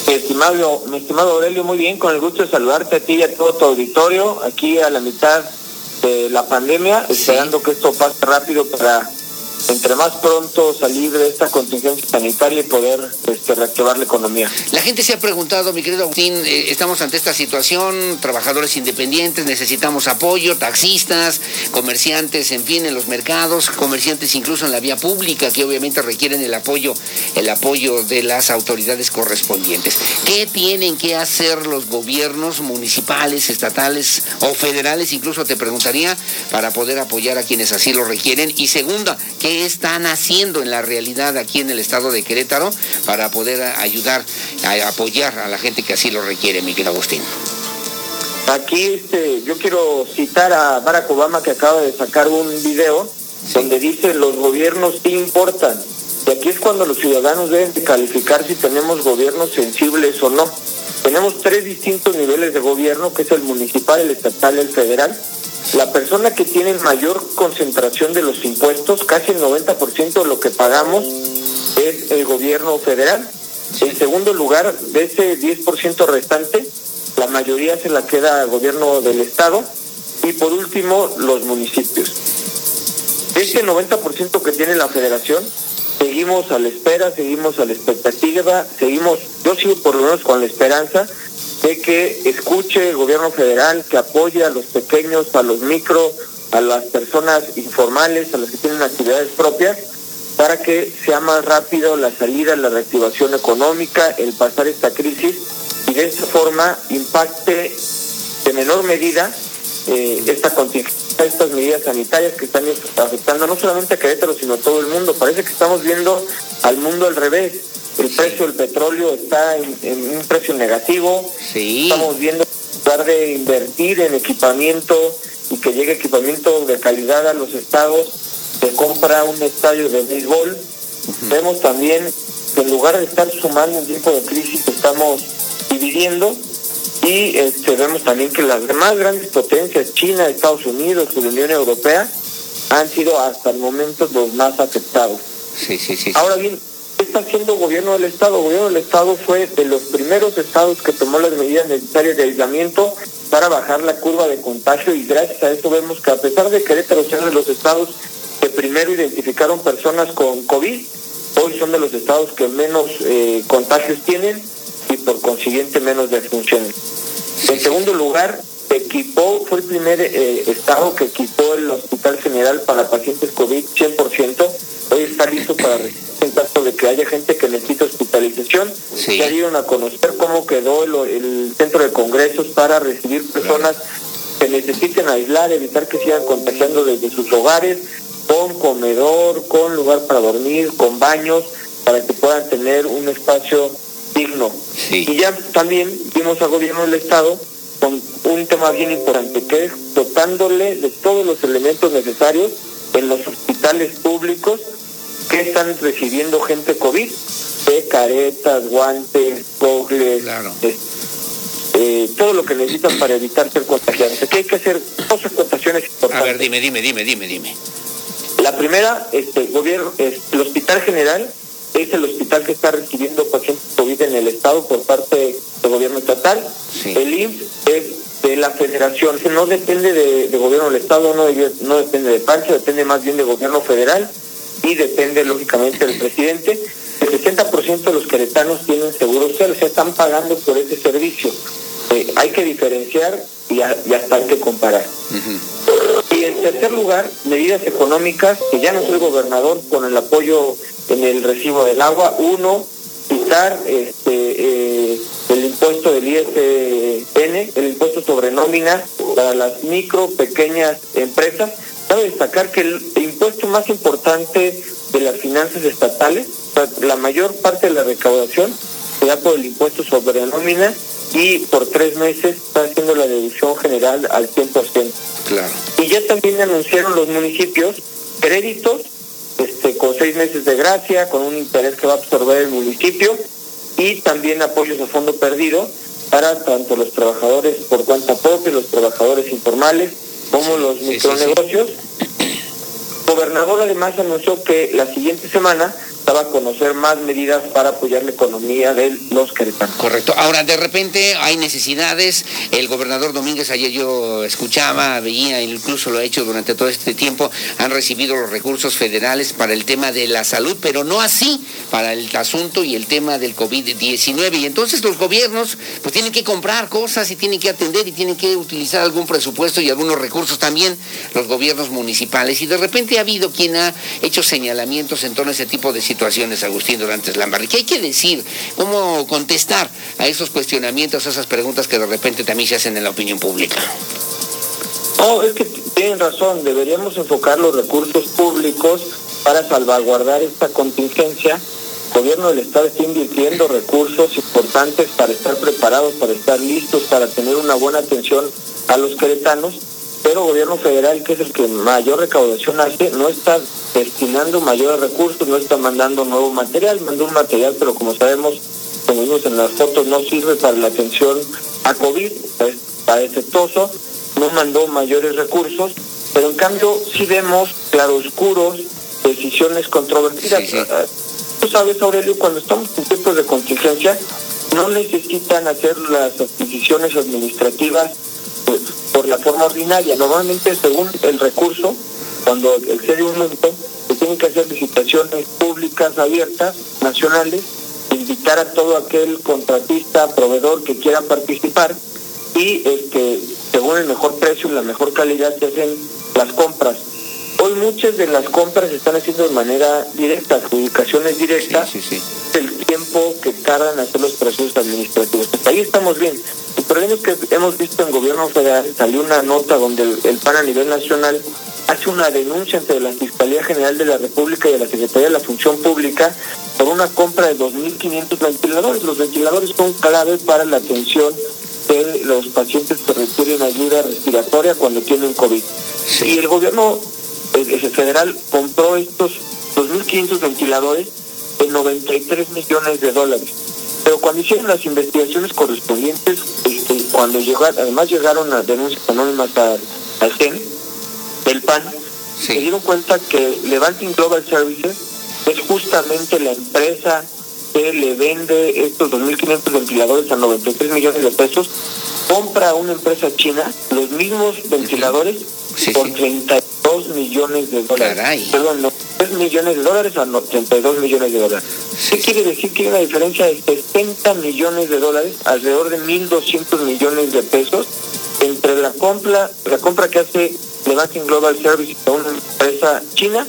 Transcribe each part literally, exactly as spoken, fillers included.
Mi estimado, mi estimado Aurelio, muy bien, con el gusto de saludarte a ti y a todo tu auditorio, aquí a la mitad de la pandemia, sí. Esperando que esto pase rápido para entre más pronto salir de esta contingencia sanitaria y poder este, reactivar la economía. La gente se ha preguntado, mi querido Agustín, eh, estamos ante esta situación, trabajadores independientes, necesitamos apoyo, taxistas, comerciantes, en fin, en los mercados, comerciantes incluso en la vía pública, que obviamente requieren el apoyo, el apoyo de las autoridades correspondientes. ¿Qué tienen que hacer los gobiernos municipales, estatales o federales, incluso te preguntaría, para poder apoyar a quienes así lo requieren? Y segunda, ¿qué están haciendo en la realidad aquí en el estado de Querétaro para poder ayudar, a apoyar a la gente que así lo requiere, mi querido Agustín? Aquí este, yo quiero citar a Barack Obama, que acaba de sacar un video sí. donde dice: los gobiernos sí importan. Y aquí es cuando los ciudadanos deben de calificar si tenemos gobiernos sensibles o no. Tenemos tres distintos niveles de gobierno, que es el municipal, el estatal y el federal. La persona que tiene mayor concentración de los impuestos, casi el noventa por ciento de lo que pagamos, es el gobierno federal. En segundo lugar, de ese diez por ciento restante, la mayoría se la queda al gobierno del estado. Y por último, los municipios. De ese noventa por ciento que tiene la federación, seguimos a la espera, seguimos a la expectativa, seguimos, yo sigo por lo menos con la esperanza de que escuche el gobierno federal, que apoye a los pequeños, a los micro, a las personas informales, a las que tienen actividades propias, para que sea más rápido la salida, la reactivación económica, el pasar esta crisis, y de esta forma impacte de menor medida eh, esta contingencia, estas medidas sanitarias que están afectando no solamente a Querétaro, sino a todo el mundo. Parece que estamos viendo al mundo al revés. El precio del petróleo está en, en un precio negativo. Sí. Estamos viendo, en lugar de invertir en equipamiento y que llegue equipamiento de calidad a los estados, se compra un estadio de béisbol. Uh-huh. Vemos también que en lugar de estar sumando en tiempo de crisis, estamos dividiendo. Y este, vemos también que las demás grandes potencias, China, Estados Unidos y la Unión Europea, han sido hasta el momento los más afectados. Sí, sí, sí. Ahora bien, ¿qué está haciendo el gobierno del estado? El gobierno del estado fue de los primeros estados que tomó las medidas necesarias de aislamiento para bajar la curva de contagio, y gracias a eso vemos que, a pesar de Querétaro ser de los estados que primero identificaron personas con COVID, hoy son de los estados que menos eh, contagios tienen y por consiguiente menos defunciones. En segundo lugar, equipó, fue el primer eh, estado que equipó el Hospital General para pacientes COVID cien por ciento. Hoy está listo para recibir en caso de que haya gente que necesita hospitalización. Sí. Ya dieron a conocer cómo quedó el, el centro de congresos para recibir personas claro. que necesiten aislar, evitar que sigan contagiando desde sus hogares, con comedor, con lugar para dormir, con baños, para que puedan tener un espacio digno. Sí. Y ya también vimos al gobierno del estado con un tema bien importante, que es dotándole de todos los elementos necesarios en los hospitales públicos que están recibiendo gente COVID, de caretas, guantes, gogles, claro. eh, eh, todo lo que necesitan para evitar ser contagiados. Aquí hay que hacer dos acotaciones importantes. A ver, dime, dime, dime, dime, dime. La primera, este gobierno, es, el Hospital General es el hospital que está recibiendo pacientes COVID en el estado por parte del gobierno estatal. Sí. El I M S S es de la federación, que no depende de, de gobierno del estado, no, no depende de Pancho, depende más bien del gobierno federal y depende lógicamente del presidente. El sesenta por ciento de los queretanos tienen seguro social, o sea, están pagando por ese servicio. Eh, hay que diferenciar y, a, y hasta hay que comparar. Uh-huh. Y en tercer lugar, medidas económicas, que ya no soy gobernador, con el apoyo en el recibo del agua. Uno, quitar este eh, el impuesto del I S N, el impuesto sobre nómina para las micro, pequeñas empresas. Cabe destacar que el impuesto más importante de las finanzas estatales, o sea, la mayor parte de la recaudación se da por el impuesto sobre nómina, y por tres meses está haciendo la deducción general al cien por ciento. Claro. Y ya también anunciaron los municipios créditos este con seis meses de gracia, con un interés que va a absorber el municipio, y también apoyos a fondo perdido para tanto los trabajadores por cuenta propia, los trabajadores informales, como sí, los micronegocios. Sí, sí, sí. El gobernador además anunció que la siguiente semana daba a conocer más medidas para apoyar la economía de los queretanos. Correcto. Ahora, de repente hay necesidades. El gobernador Domínguez, ayer yo escuchaba, veía, incluso lo ha hecho durante todo este tiempo, han recibido los recursos federales para el tema de la salud, pero no así para el asunto y el tema del COVID diecinueve. Y entonces los gobiernos pues tienen que comprar cosas y tienen que atender y tienen que utilizar algún presupuesto y algunos recursos también, los gobiernos municipales. Y de repente ha habido quien ha hecho señalamientos en torno a ese tipo de situaciones, Agustín Dorantes Lambarri. ¿Qué hay que decir? ¿Cómo contestar a esos cuestionamientos, a esas preguntas que de repente también se hacen en la opinión pública? No, es que tienen razón, deberíamos enfocar los recursos públicos para salvaguardar esta contingencia. El gobierno del Estado está invirtiendo recursos importantes para estar preparados, para estar listos, para tener una buena atención a los queretanos, pero el gobierno federal, que es el que mayor recaudación hace, no está destinando mayores recursos, no está mandando nuevo material, mandó un material, pero como sabemos, como vimos en las fotos, no sirve para la atención a COVID, está defectuoso, no mandó mayores recursos, pero en cambio sí vemos claroscuros, decisiones controvertidas. Sí, sí. Tú sabes, Aurelio, cuando estamos en tiempos de contingencia, no necesitan hacer las adquisiciones administrativas pues, por la forma ordinaria. Normalmente, según el recurso, cuando excede un monto, se tienen que hacer licitaciones públicas abiertas, nacionales, invitar a todo aquel contratista, proveedor que quiera participar y este, según el mejor precio y la mejor calidad se hacen las compras. Hoy muchas de las compras se están haciendo de manera directa, adjudicaciones directas, sí, sí, sí. El tiempo que tardan en hacer los procesos administrativos. Hasta ahí estamos bien. El problema es que hemos visto en gobierno federal, salió una nota donde el, el P A N a nivel nacional hace una denuncia entre la Fiscalía General de la República y la Secretaría de la Función Pública por una compra de dos mil quinientos ventiladores. Los ventiladores son clave para la atención de los pacientes que requieren ayuda respiratoria cuando tienen COVID. Sí. Y el gobierno el federal compró estos dos mil quinientos ventiladores en noventa y tres millones de dólares. Pero cuando hicieron las investigaciones correspondientes, este, cuando llegaron, además llegaron a denuncias anónimas a, al C E N, del P A N, sí. Se dieron cuenta que Levanting Global Services es justamente la empresa que le vende estos dos mil quinientos ventiladores a noventa y tres millones de pesos, compra a una empresa china los mismos ventiladores sí, por sí. treinta y dos millones de dólares. Caray. Perdón, no, tres millones de dólares a treinta y dos millones de dólares. Sí, ¿Qué sí. quiere decir? Que hay una diferencia de sesenta millones de dólares, alrededor de mil doscientos millones de pesos, entre la compra, la compra que hace Levanting Global Services a una empresa china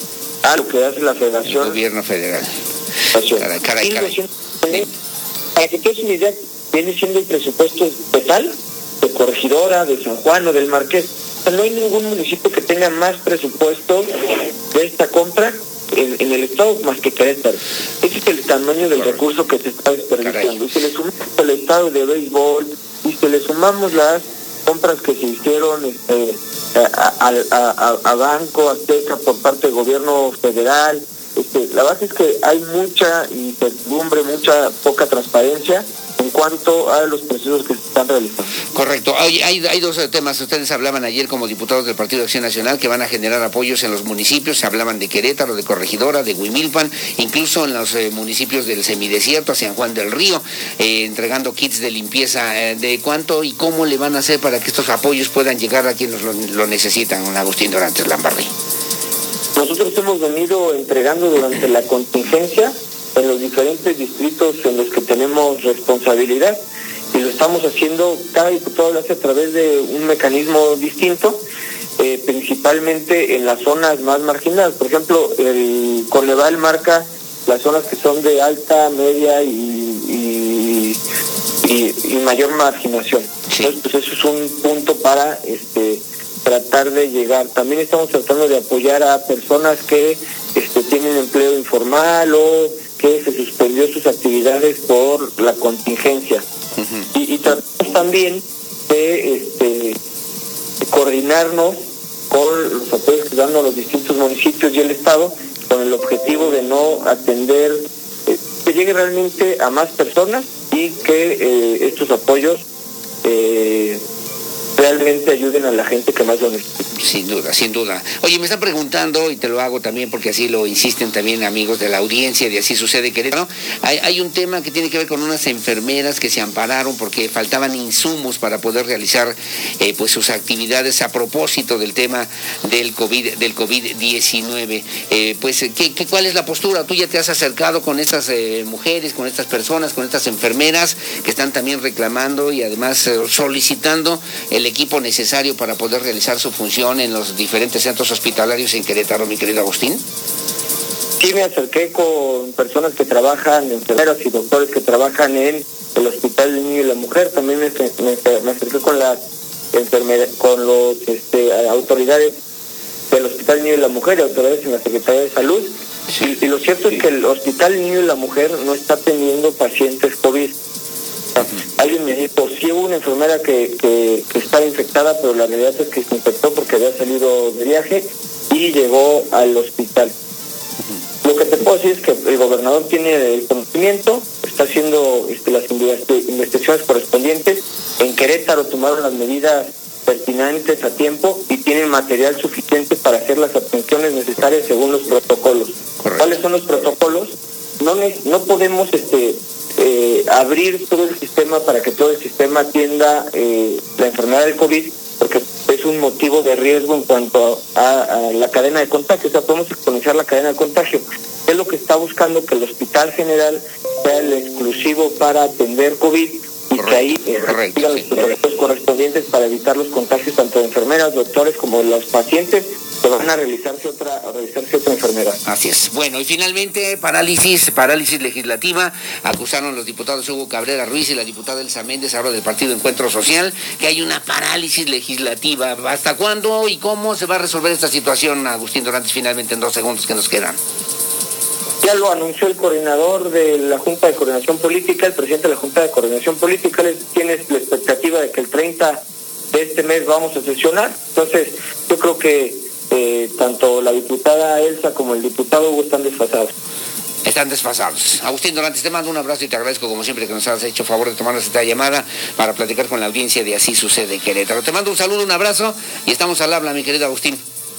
a lo que hace la Federación. El gobierno federal. Caray, caray, caray. Sí. Para que te des una idea, viene siendo el presupuesto total de Corregidora, de San Juan o del Marqués. O sea, no hay ningún municipio que tenga más presupuesto de esta compra en, en el estado más que Querétaro. Ese es el tamaño del Correcto. recurso que se está desperdiciando. Y si le sumamos el estado de béisbol y si le sumamos las compras que se hicieron este, a, a, a, a Banco Azteca por parte del gobierno federal, este, la verdad es que hay mucha incertidumbre, mucha poca transparencia en cuanto a los procesos que se están realizando. Correcto. Hay, hay, hay dos temas. Ustedes hablaban ayer como diputados del Partido de Acción Nacional que van a generar apoyos en los municipios. Se hablaban de Querétaro, de Corregidora, de Huimilpan, incluso en los eh, municipios del semidesierto, San Juan del Río, eh, entregando kits de limpieza. Eh, ¿De cuánto y cómo le van a hacer para que estos apoyos puedan llegar a quienes lo, lo necesitan, Agustín Dorantes Lambarri? Nosotros hemos venido entregando durante la contingencia en los diferentes distritos en los que tenemos responsabilidad y lo estamos haciendo, cada diputado lo hace a través de un mecanismo distinto, eh, principalmente en las zonas más marginadas. Por ejemplo, el Coneval marca las zonas que son de alta, media y, y, y, y mayor marginación. Sí. Entonces, pues eso es un punto para este tratar de llegar. También estamos tratando de apoyar a personas que este, tienen empleo informal o que se suspendió sus actividades por la contingencia. Uh-huh. Y, y tratamos también de, este, de coordinarnos con los apoyos que dan a los distintos municipios y el Estado con el objetivo de no atender, eh, que llegue realmente a más personas y que eh, estos apoyos eh, realmente ayuden a la gente que más lo necesita. Sin duda, sin duda. Oye, me están preguntando, y te lo hago también porque así lo insisten también amigos de la audiencia, y así sucede Querétaro. Hay, hay un tema que tiene que ver con unas enfermeras que se ampararon porque faltaban insumos para poder realizar eh, pues sus actividades a propósito del tema del COVID, del COVID diecinueve. Eh, pues, ¿qué, qué, ¿cuál es la postura? Tú ya te has acercado con estas eh, mujeres, con estas personas, con estas enfermeras que están también reclamando y además eh, solicitando el equipo necesario para poder realizar su función en los diferentes centros hospitalarios en Querétaro, mi querido Agustín. Sí, me acerqué con personas que trabajan, enfermeras y doctores que trabajan en el Hospital del Niño y la Mujer. También me, me, me acerqué con las enfermeras, con los este, autoridades del Hospital del Niño y la Mujer y autoridades en la Secretaría de Salud. Sí. Y, y lo cierto sí. es que el Hospital del Niño y la Mujer no está atendiendo pacientes COVID. Alguien me dijo, sí hubo una enfermera que, que, que estaba infectada, pero la realidad es que se infectó porque había salido de viaje y llegó al hospital. Uh-huh. Lo que te puedo decir es que el gobernador tiene el conocimiento, está haciendo este, las investigaciones correspondientes. En Querétaro tomaron las medidas pertinentes a tiempo y tienen material suficiente para hacer las atenciones necesarias según los protocolos. Correcto. ¿Cuáles son los protocolos? No, no podemos... este Eh, abrir todo el sistema para que todo el sistema atienda eh, la enfermedad del COVID, porque es un motivo de riesgo en cuanto a, a la cadena de contagio. O sea, podemos exponenciar la cadena de contagio. Es lo que está buscando, que el Hospital General sea el exclusivo para atender COVID y correcto, que ahí eh, sigan los protocolos correspondientes para evitar los contagios tanto de enfermeras, doctores como de los pacientes que van a realizarse otra, a realizarse otra enfermera. Así es. Bueno, y finalmente, parálisis, parálisis legislativa. Acusaron los diputados Hugo Cabrera Ruiz y la diputada Elsa Méndez, ahora del Partido Encuentro Social, que hay una parálisis legislativa. ¿Hasta cuándo y cómo se va a resolver esta situación, Agustín Dorantes, finalmente en dos segundos que nos quedan? Ya lo anunció el coordinador de la Junta de Coordinación Política, el presidente de la Junta de Coordinación Política. Él tiene la expectativa de que el treinta de este mes vamos a sesionar. Entonces, yo creo que Eh, tanto la diputada Elsa como el diputado Hugo están desfasados. Están desfasados. Agustín Dorantes, te mando un abrazo y te agradezco como siempre que nos has hecho favor de tomarnos esta llamada para platicar con la audiencia de Así Sucede Querétaro. Te mando un saludo, un abrazo y estamos al habla, mi querido Agustín.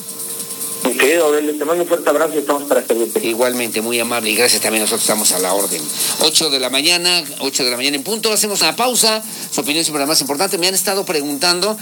Mi querido Aurelio, te mando un fuerte abrazo y estamos para servirte. Igualmente, muy amable y gracias también, nosotros estamos a la orden. ocho de la mañana, ocho de la mañana en punto, hacemos una pausa. Su opinión sobre la más importante. Me han estado preguntando